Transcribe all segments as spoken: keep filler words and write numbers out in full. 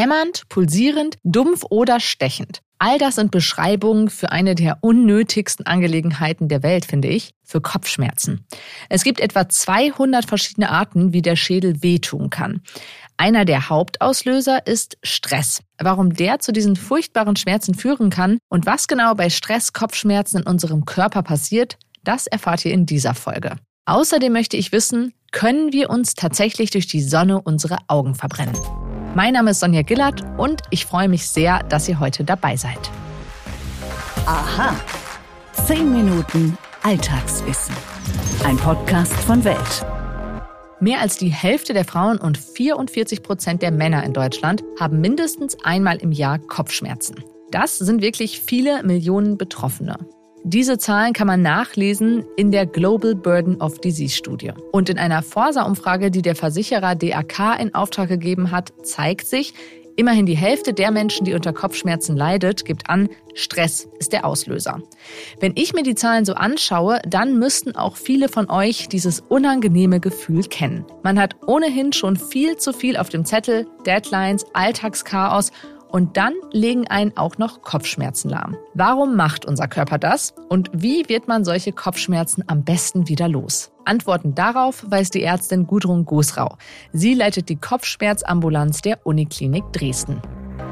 Hämmernd, pulsierend, dumpf oder stechend. All das sind Beschreibungen für eine der unnötigsten Angelegenheiten der Welt, finde ich, für Kopfschmerzen. Es gibt etwa zweihundert verschiedene Arten, wie der Schädel wehtun kann. Einer der Hauptauslöser ist Stress. Warum der zu diesen furchtbaren Schmerzen führen kann und was genau bei Stress Kopfschmerzen in unserem Körper passiert, das erfahrt ihr in dieser Folge. Außerdem möchte ich wissen, können wir uns tatsächlich durch die Sonne unsere Augen verbrennen? Mein Name ist Sonja Gillert und ich freue mich sehr, dass ihr heute dabei seid. Aha. Zehn Minuten Alltagswissen. Ein Podcast von Welt. Mehr als die Hälfte der Frauen und vierundvierzig Prozent der Männer in Deutschland haben mindestens einmal im Jahr Kopfschmerzen. Das sind wirklich viele Millionen Betroffene. Diese Zahlen kann man nachlesen in der Global Burden of Disease Studie. Und in einer Forsa-Umfrage, die der Versicherer D A K in Auftrag gegeben hat, zeigt sich, immerhin die Hälfte der Menschen, die unter Kopfschmerzen leidet, gibt an, Stress ist der Auslöser. Wenn ich mir die Zahlen so anschaue, dann müssten auch viele von euch dieses unangenehme Gefühl kennen. Man hat ohnehin schon viel zu viel auf dem Zettel, Deadlines, Alltagschaos. Und dann legen einen auch noch Kopfschmerzen lahm. Warum macht unser Körper das? Und wie wird man solche Kopfschmerzen am besten wieder los? Antworten darauf weiß die Ärztin Gudrun Gosrau. Sie leitet die Kopfschmerzambulanz der Uniklinik Dresden.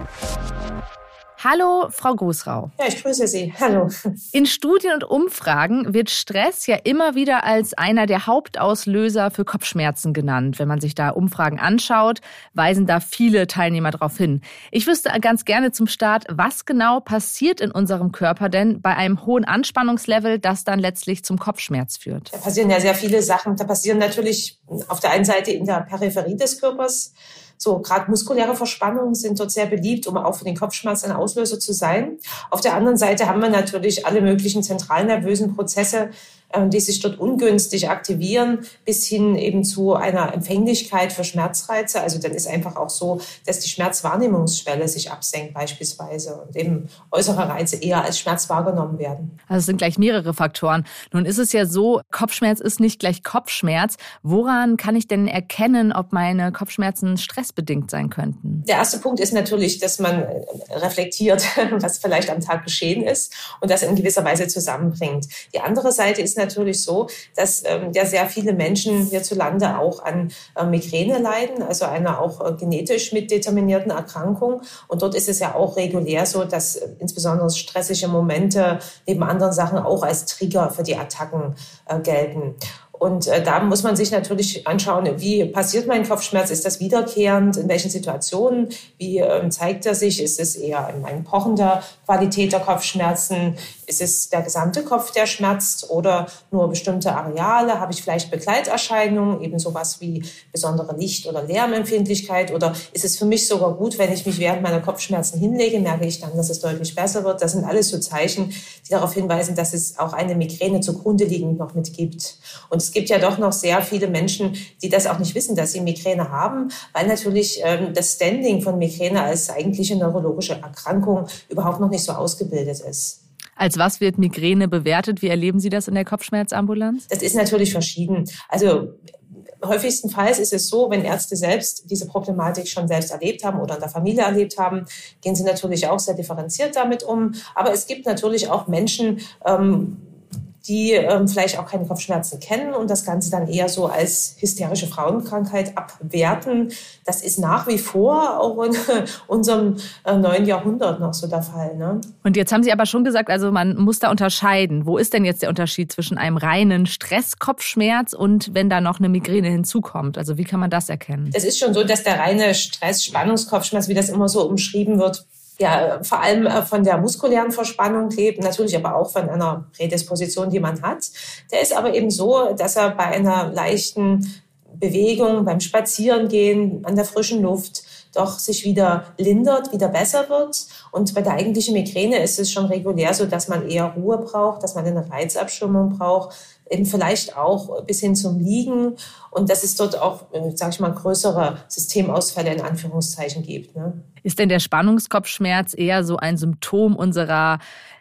Hallo, Frau Gosrau. Ja, ich grüße Sie. Hallo. In Studien und Umfragen wird Stress ja immer wieder als einer der Hauptauslöser für Kopfschmerzen genannt. Wenn man sich da Umfragen anschaut, weisen da viele Teilnehmer darauf hin. Ich wüsste ganz gerne zum Start, was genau passiert in unserem Körper denn bei einem hohen Anspannungslevel, das dann letztlich zum Kopfschmerz führt? Da passieren ja sehr viele Sachen. Da passieren natürlich auf der einen Seite in der Peripherie des Körpers. So, gerade muskuläre Verspannungen sind dort sehr beliebt, um auch für den Kopfschmerz ein Auslöser zu sein. Auf der anderen Seite haben wir natürlich alle möglichen zentralnervösen Prozesse, die sich dort ungünstig aktivieren, bis hin eben zu einer Empfänglichkeit für Schmerzreize. Also dann ist einfach auch so, dass die Schmerzwahrnehmungsschwelle sich absenkt beispielsweise und eben äußere Reize eher als Schmerz wahrgenommen werden. Also es sind gleich mehrere Faktoren. Nun ist es ja so, Kopfschmerz ist nicht gleich Kopfschmerz. Woran kann ich denn erkennen, ob meine Kopfschmerzen stressbedingt sein könnten? Der erste Punkt ist natürlich, dass man reflektiert, was vielleicht am Tag geschehen ist und das in gewisser Weise zusammenbringt. Die andere Seite ist natürlich so, dass ähm, ja sehr viele Menschen hierzulande auch an äh, Migräne leiden, also einer auch äh, genetisch mitdeterminierten Erkrankung. Und dort ist es ja auch regulär so, dass äh, insbesondere stressige Momente neben anderen Sachen auch als Trigger für die Attacken äh, gelten. Und äh, da muss man sich natürlich anschauen, wie passiert mein Kopfschmerz? Ist das wiederkehrend? In welchen Situationen? Wie ähm, zeigt er sich? Ist es eher in einer pochender Qualität der Kopfschmerzen? Ist es der gesamte Kopf, der schmerzt oder nur bestimmte Areale? Habe ich vielleicht Begleiterscheinungen, eben sowas wie besondere Licht- oder Lärmempfindlichkeit? Oder ist es für mich sogar gut, wenn ich mich während meiner Kopfschmerzen hinlege, merke ich dann, dass es deutlich besser wird? Das sind alles so Zeichen, die darauf hinweisen, dass es auch eine Migräne zugrunde liegend noch mit gibt. Und es gibt ja doch noch sehr viele Menschen, die das auch nicht wissen, dass sie Migräne haben, weil natürlich ähm, das Standing von Migräne als eigentliche neurologische Erkrankung überhaupt noch nicht so ausgebildet ist. Als was wird Migräne bewertet? Wie erleben Sie das in der Kopfschmerzambulanz? Das ist natürlich verschieden. Also häufigstenfalls ist es so, wenn Ärzte selbst diese Problematik schon selbst erlebt haben oder in der Familie erlebt haben, gehen sie natürlich auch sehr differenziert damit um. Aber es gibt natürlich auch Menschen, ähm, die ähm, vielleicht auch keine Kopfschmerzen kennen und das Ganze dann eher so als hysterische Frauenkrankheit abwerten. Das ist nach wie vor auch in unserem äh, neuen Jahrhundert noch so der Fall, ne? Und jetzt haben Sie aber schon gesagt, also man muss da unterscheiden. Wo ist denn jetzt der Unterschied zwischen einem reinen Stresskopfschmerz und wenn da noch eine Migräne hinzukommt? Also wie kann man das erkennen? Es ist schon so, dass der reine Stress-Spannungskopfschmerz, wie das immer so umschrieben wird, ja, vor allem von der muskulären Verspannung lebt, natürlich aber auch von einer Prädisposition, die man hat. Der ist aber eben so, dass er bei einer leichten Bewegung, beim Spazierengehen, an der frischen Luft doch sich wieder lindert, wieder besser wird. Und bei der eigentlichen Migräne ist es schon regulär so, dass man eher Ruhe braucht, dass man eine Reizabschirmung braucht, eben vielleicht auch bis hin zum Liegen und dass es dort auch, sage ich mal, größere Systemausfälle in Anführungszeichen gibt, ne? Ist denn der Spannungskopfschmerz eher so ein Symptom unserer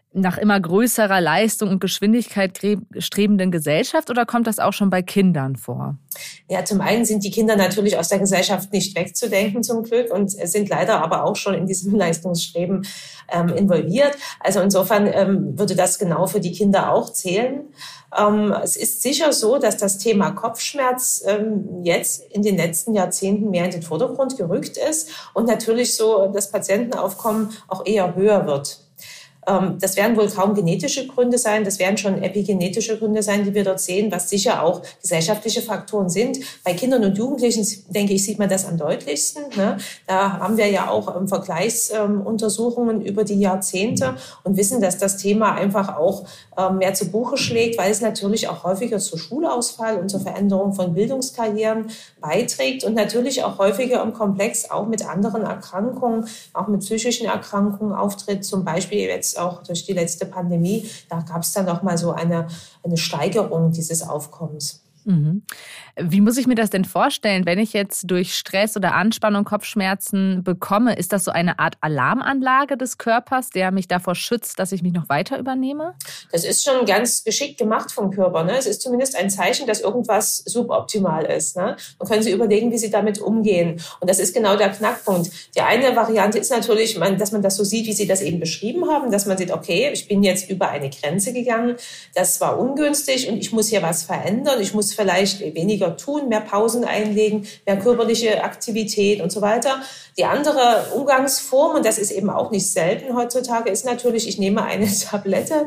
nach immer größerer Leistung und Geschwindigkeit strebenden Gesellschaft oder kommt das auch schon bei Kindern vor? Ja, zum einen sind die Kinder natürlich aus der Gesellschaft nicht wegzudenken zum Glück und sind leider aber auch schon in diesem Leistungsstreben ähm, involviert. Also insofern ähm, würde das genau für die Kinder auch zählen. Ähm, es ist sicher so, dass das Thema Kopfschmerz ähm, jetzt in den letzten Jahrzehnten mehr in den Vordergrund gerückt ist und natürlich so das Patientenaufkommen auch eher höher wird. Das werden wohl kaum genetische Gründe sein, das werden schon epigenetische Gründe sein, die wir dort sehen, was sicher auch gesellschaftliche Faktoren sind. Bei Kindern und Jugendlichen, denke ich, sieht man das am deutlichsten. Da haben wir ja auch Vergleichsuntersuchungen über die Jahrzehnte und wissen, dass das Thema einfach auch mehr zu Buche schlägt, weil es natürlich auch häufiger zu Schulausfall und zur Veränderung von Bildungskarrieren beiträgt und natürlich auch häufiger im Komplex auch mit anderen Erkrankungen, auch mit psychischen Erkrankungen auftritt, zum Beispiel jetzt auch durch die letzte Pandemie, da gab es dann noch mal so eine, eine Steigerung dieses Aufkommens. Mhm. Wie muss ich mir das denn vorstellen, wenn ich jetzt durch Stress oder Anspannung Kopfschmerzen bekomme? Ist das so eine Art Alarmanlage des Körpers, der mich davor schützt, dass ich mich noch weiter übernehme? Das ist schon ganz geschickt gemacht vom Körper. Ne? Es ist zumindest ein Zeichen, dass irgendwas suboptimal ist. Ne? Dann können Sie überlegen, wie Sie damit umgehen. Und das ist genau der Knackpunkt. Die eine Variante ist natürlich, dass man das so sieht, wie Sie das eben beschrieben haben, dass man sieht, okay, ich bin jetzt über eine Grenze gegangen, das war ungünstig und ich muss hier was verändern. Ich muss vielleicht weniger tun, mehr Pausen einlegen, mehr körperliche Aktivität und so weiter. Die andere Umgangsform, und das ist eben auch nicht selten heutzutage, ist natürlich, ich nehme eine Tablette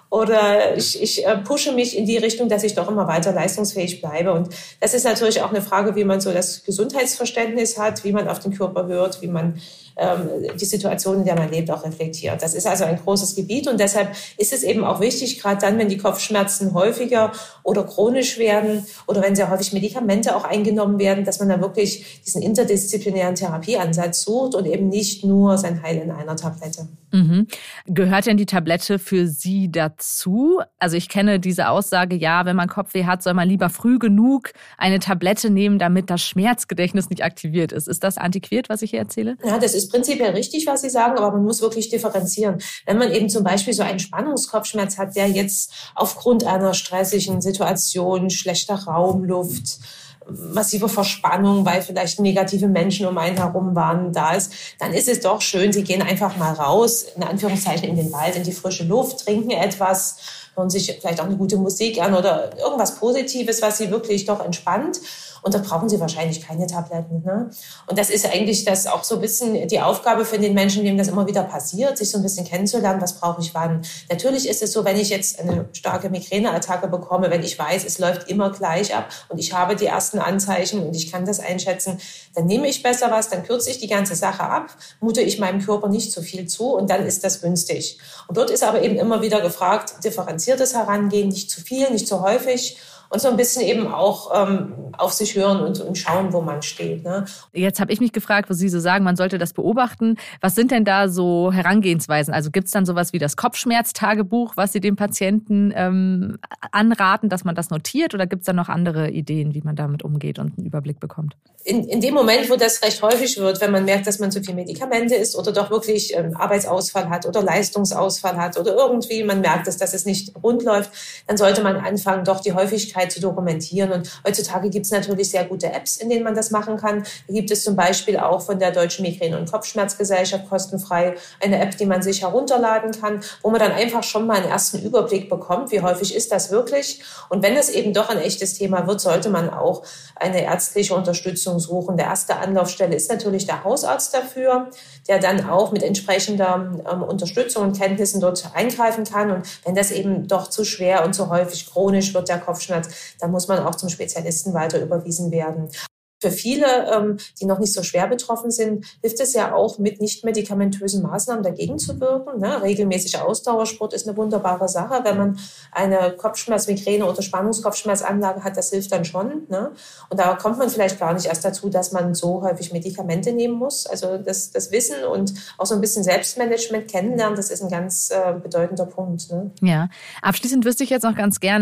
oder ich, ich pushe mich in die Richtung, dass ich doch immer weiter leistungsfähig bleibe. Und das ist natürlich auch eine Frage, wie man so das Gesundheitsverständnis hat, wie man auf den Körper hört, wie man ähm, die Situation, in der man lebt, auch reflektiert. Das ist also ein großes Gebiet und deshalb ist es eben auch wichtig, gerade dann, wenn die Kopfschmerzen häufiger oder chronisch werden oder wenn sehr häufig Medikamente auch eingenommen werden, dass man da wirklich diesen interdisziplinären Therapieansatz sucht und eben nicht nur sein Heil in einer Tablette. Mhm. Gehört denn die Tablette für Sie dazu? Also ich kenne diese Aussage, ja, wenn man Kopfweh hat, soll man lieber früh genug eine Tablette nehmen, damit das Schmerzgedächtnis nicht aktiviert ist. Ist das antiquiert, was ich hier erzähle? Ja, das ist prinzipiell richtig, was Sie sagen, aber man muss wirklich differenzieren. Wenn man eben zum Beispiel so einen Spannungskopfschmerz hat, der jetzt aufgrund einer stressigen Situation, schlechter Raumluft, massive Verspannung, weil vielleicht negative Menschen um einen herum waren, da ist, dann ist es doch schön, Sie gehen einfach mal raus, in Anführungszeichen in den Wald, in die frische Luft, trinken etwas, hören sich vielleicht auch eine gute Musik an oder irgendwas Positives, was Sie wirklich doch entspannt. Und da brauchen Sie wahrscheinlich keine Tabletten. Ne? Und das ist eigentlich das auch so ein bisschen die Aufgabe für den Menschen, dem das immer wieder passiert, sich so ein bisschen kennenzulernen, was brauche ich wann. Natürlich ist es so, wenn ich jetzt eine starke Migräneattacke bekomme, wenn ich weiß, es läuft immer gleich ab und ich habe die ersten Anzeichen und ich kann das einschätzen, dann nehme ich besser was, dann kürze ich die ganze Sache ab, mute ich meinem Körper nicht so viel zu und dann ist das günstig. Und dort ist aber eben immer wieder gefragt, differenziertes Herangehen, nicht zu viel, nicht zu häufig. Und so ein bisschen eben auch ähm, auf sich hören und, und schauen, wo man steht. Ne? Jetzt habe ich mich gefragt, wo Sie so sagen, man sollte das beobachten. Was sind denn da so Herangehensweisen? Also gibt es dann sowas wie das Kopfschmerztagebuch, was Sie dem Patienten ähm, anraten, dass man das notiert? Oder gibt es da noch andere Ideen, wie man damit umgeht und einen Überblick bekommt? In, in dem Moment, wo das recht häufig wird, wenn man merkt, dass man zu viel Medikamente isst oder doch wirklich ähm, Arbeitsausfall hat oder Leistungsausfall hat oder irgendwie man merkt, dass, dass es nicht rund läuft, dann sollte man anfangen, doch die Häufigkeit zu dokumentieren. Und heutzutage gibt es natürlich sehr gute Apps, in denen man das machen kann. Da gibt es zum Beispiel auch von der Deutschen Migräne- und Kopfschmerzgesellschaft kostenfrei eine App, die man sich herunterladen kann, wo man dann einfach schon mal einen ersten Überblick bekommt, wie häufig ist das wirklich. Und wenn es eben doch ein echtes Thema wird, sollte man auch eine ärztliche Unterstützung suchen. Der erste Anlaufstelle ist natürlich der Hausarzt dafür, der dann auch mit entsprechender ähm, Unterstützung und Kenntnissen dort eingreifen kann. Und wenn das eben doch zu schwer und zu häufig chronisch wird, der Kopfschmerz, dann muss man auch zum Spezialisten weiter überwiesen werden. Für viele, ähm, die noch nicht so schwer betroffen sind, hilft es ja auch, mit nicht-medikamentösen Maßnahmen dagegen zu wirken. Ne? Regelmäßiger Ausdauersport ist eine wunderbare Sache. Wenn man eine Kopfschmerz-, Migräne- oder Spannungskopfschmerzanlage hat, das hilft dann schon. Ne? Und da kommt man vielleicht gar nicht erst dazu, dass man so häufig Medikamente nehmen muss. Also das, das Wissen und auch so ein bisschen Selbstmanagement kennenlernen, das ist ein ganz äh, bedeutender Punkt. Ne? Ja, abschließend wüsste ich jetzt noch ganz gerne,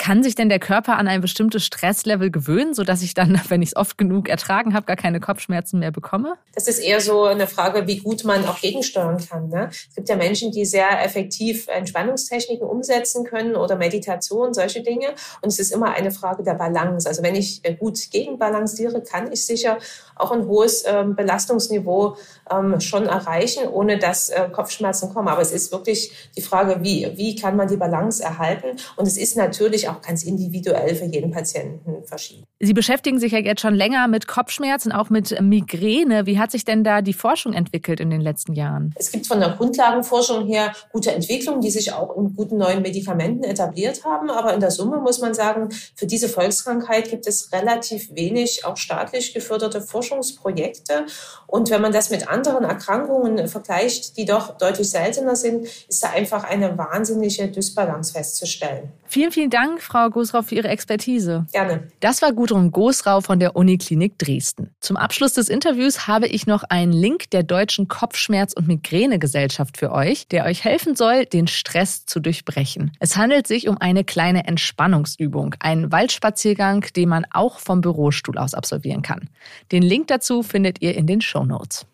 Kann sich denn der Körper an ein bestimmtes Stresslevel gewöhnen, sodass ich dann, wenn ich es oft genug ertragen habe, gar keine Kopfschmerzen mehr bekomme? Das ist eher so eine Frage, wie gut man auch gegensteuern kann. Ne? Es gibt ja Menschen, die sehr effektiv Entspannungstechniken umsetzen können oder Meditation, solche Dinge. Und es ist immer eine Frage der Balance. Also wenn ich gut gegenbalanciere, kann ich sicher auch ein hohes ähm, Belastungsniveau ähm, schon erreichen, ohne dass äh, Kopfschmerzen kommen. Aber es ist wirklich die Frage, wie, wie kann man die Balance erhalten? Und es ist natürlich auch ganz individuell für jeden Patienten verschieden. Sie beschäftigen sich ja jetzt schon länger mit Kopfschmerzen, auch mit Migräne. Wie hat sich denn da die Forschung entwickelt in den letzten Jahren? Es gibt von der Grundlagenforschung her gute Entwicklungen, die sich auch in guten neuen Medikamenten etabliert haben. Aber in der Summe muss man sagen, für diese Volkskrankheit gibt es relativ wenig auch staatlich geförderte Forschungsprojekte. Und wenn man das mit anderen Erkrankungen vergleicht, die doch deutlich seltener sind, ist da einfach eine wahnsinnige Dysbalance festzustellen. Vielen, vielen Dank, Frau Gosrau, für Ihre Expertise. Gerne. Das war Gudrun Gosrau von der Uniklinik Dresden. Zum Abschluss des Interviews habe ich noch einen Link der Deutschen Kopfschmerz- und Migränegesellschaft für euch, der euch helfen soll, den Stress zu durchbrechen. Es handelt sich um eine kleine Entspannungsübung, einen Waldspaziergang, den man auch vom Bürostuhl aus absolvieren kann. Den Link dazu findet ihr in den Shownotes.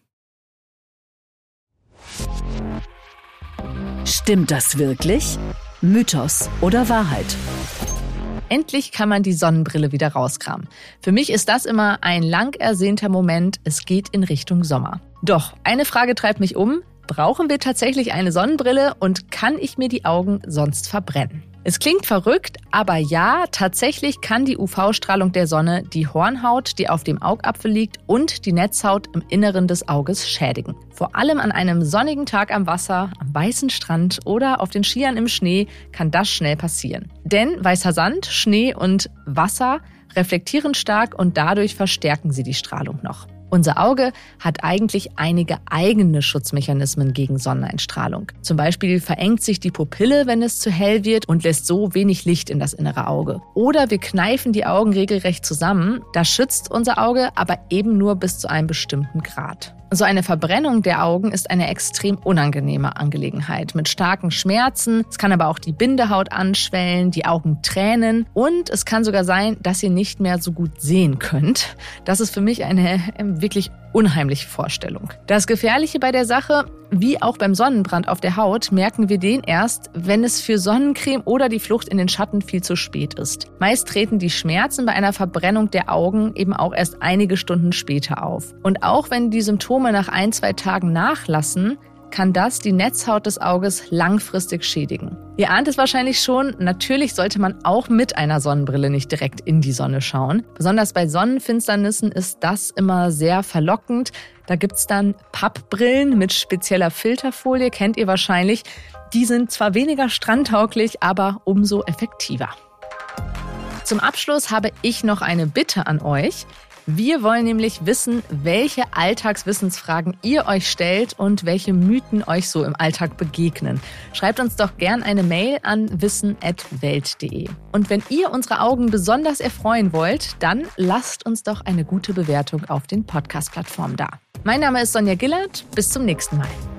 Stimmt das wirklich? Mythos oder Wahrheit? Endlich kann man die Sonnenbrille wieder rauskramen. Für mich ist das immer ein lang ersehnter Moment. Es geht in Richtung Sommer. Doch, eine Frage treibt mich um. Brauchen wir tatsächlich eine Sonnenbrille und kann ich mir die Augen sonst verbrennen? Es klingt verrückt, aber ja, tatsächlich kann die U V-Strahlung der Sonne die Hornhaut, die auf dem Augapfel liegt, und die Netzhaut im Inneren des Auges schädigen. Vor allem an einem sonnigen Tag am Wasser, am weißen Strand oder auf den Skiern im Schnee kann das schnell passieren. Denn weißer Sand, Schnee und Wasser reflektieren stark und dadurch verstärken sie die Strahlung noch. Unser Auge hat eigentlich einige eigene Schutzmechanismen gegen Sonneneinstrahlung. Zum Beispiel verengt sich die Pupille, wenn es zu hell wird, und lässt so wenig Licht in das innere Auge. Oder wir kneifen die Augen regelrecht zusammen. Das schützt unser Auge, aber eben nur bis zu einem bestimmten Grad. So eine Verbrennung der Augen ist eine extrem unangenehme Angelegenheit mit starken Schmerzen. Es kann aber auch die Bindehaut anschwellen, die Augen tränen und es kann sogar sein, dass ihr nicht mehr so gut sehen könnt. Das ist für mich eine wirklich unheimliche Vorstellung. Das Gefährliche bei der Sache, wie auch beim Sonnenbrand auf der Haut, merken wir den erst, wenn es für Sonnencreme oder die Flucht in den Schatten viel zu spät ist. Meist treten die Schmerzen bei einer Verbrennung der Augen eben auch erst einige Stunden später auf. Und auch wenn die Symptome nach ein, zwei Tagen nachlassen, kann das die Netzhaut des Auges langfristig schädigen. Ihr ahnt es wahrscheinlich schon, natürlich sollte man auch mit einer Sonnenbrille nicht direkt in die Sonne schauen. Besonders bei Sonnenfinsternissen ist das immer sehr verlockend. Da gibt's dann Pappbrillen mit spezieller Filterfolie, kennt ihr wahrscheinlich. Die sind zwar weniger strandtauglich, aber umso effektiver. Zum Abschluss habe ich noch eine Bitte an euch. Wir wollen nämlich wissen, welche Alltagswissensfragen ihr euch stellt und welche Mythen euch so im Alltag begegnen. Schreibt uns doch gern eine Mail an wissen at welt punkt de. Und wenn ihr unsere Augen besonders erfreuen wollt, dann lasst uns doch eine gute Bewertung auf den Podcast-Plattformen da. Mein Name ist Sonja Gillert. Bis zum nächsten Mal.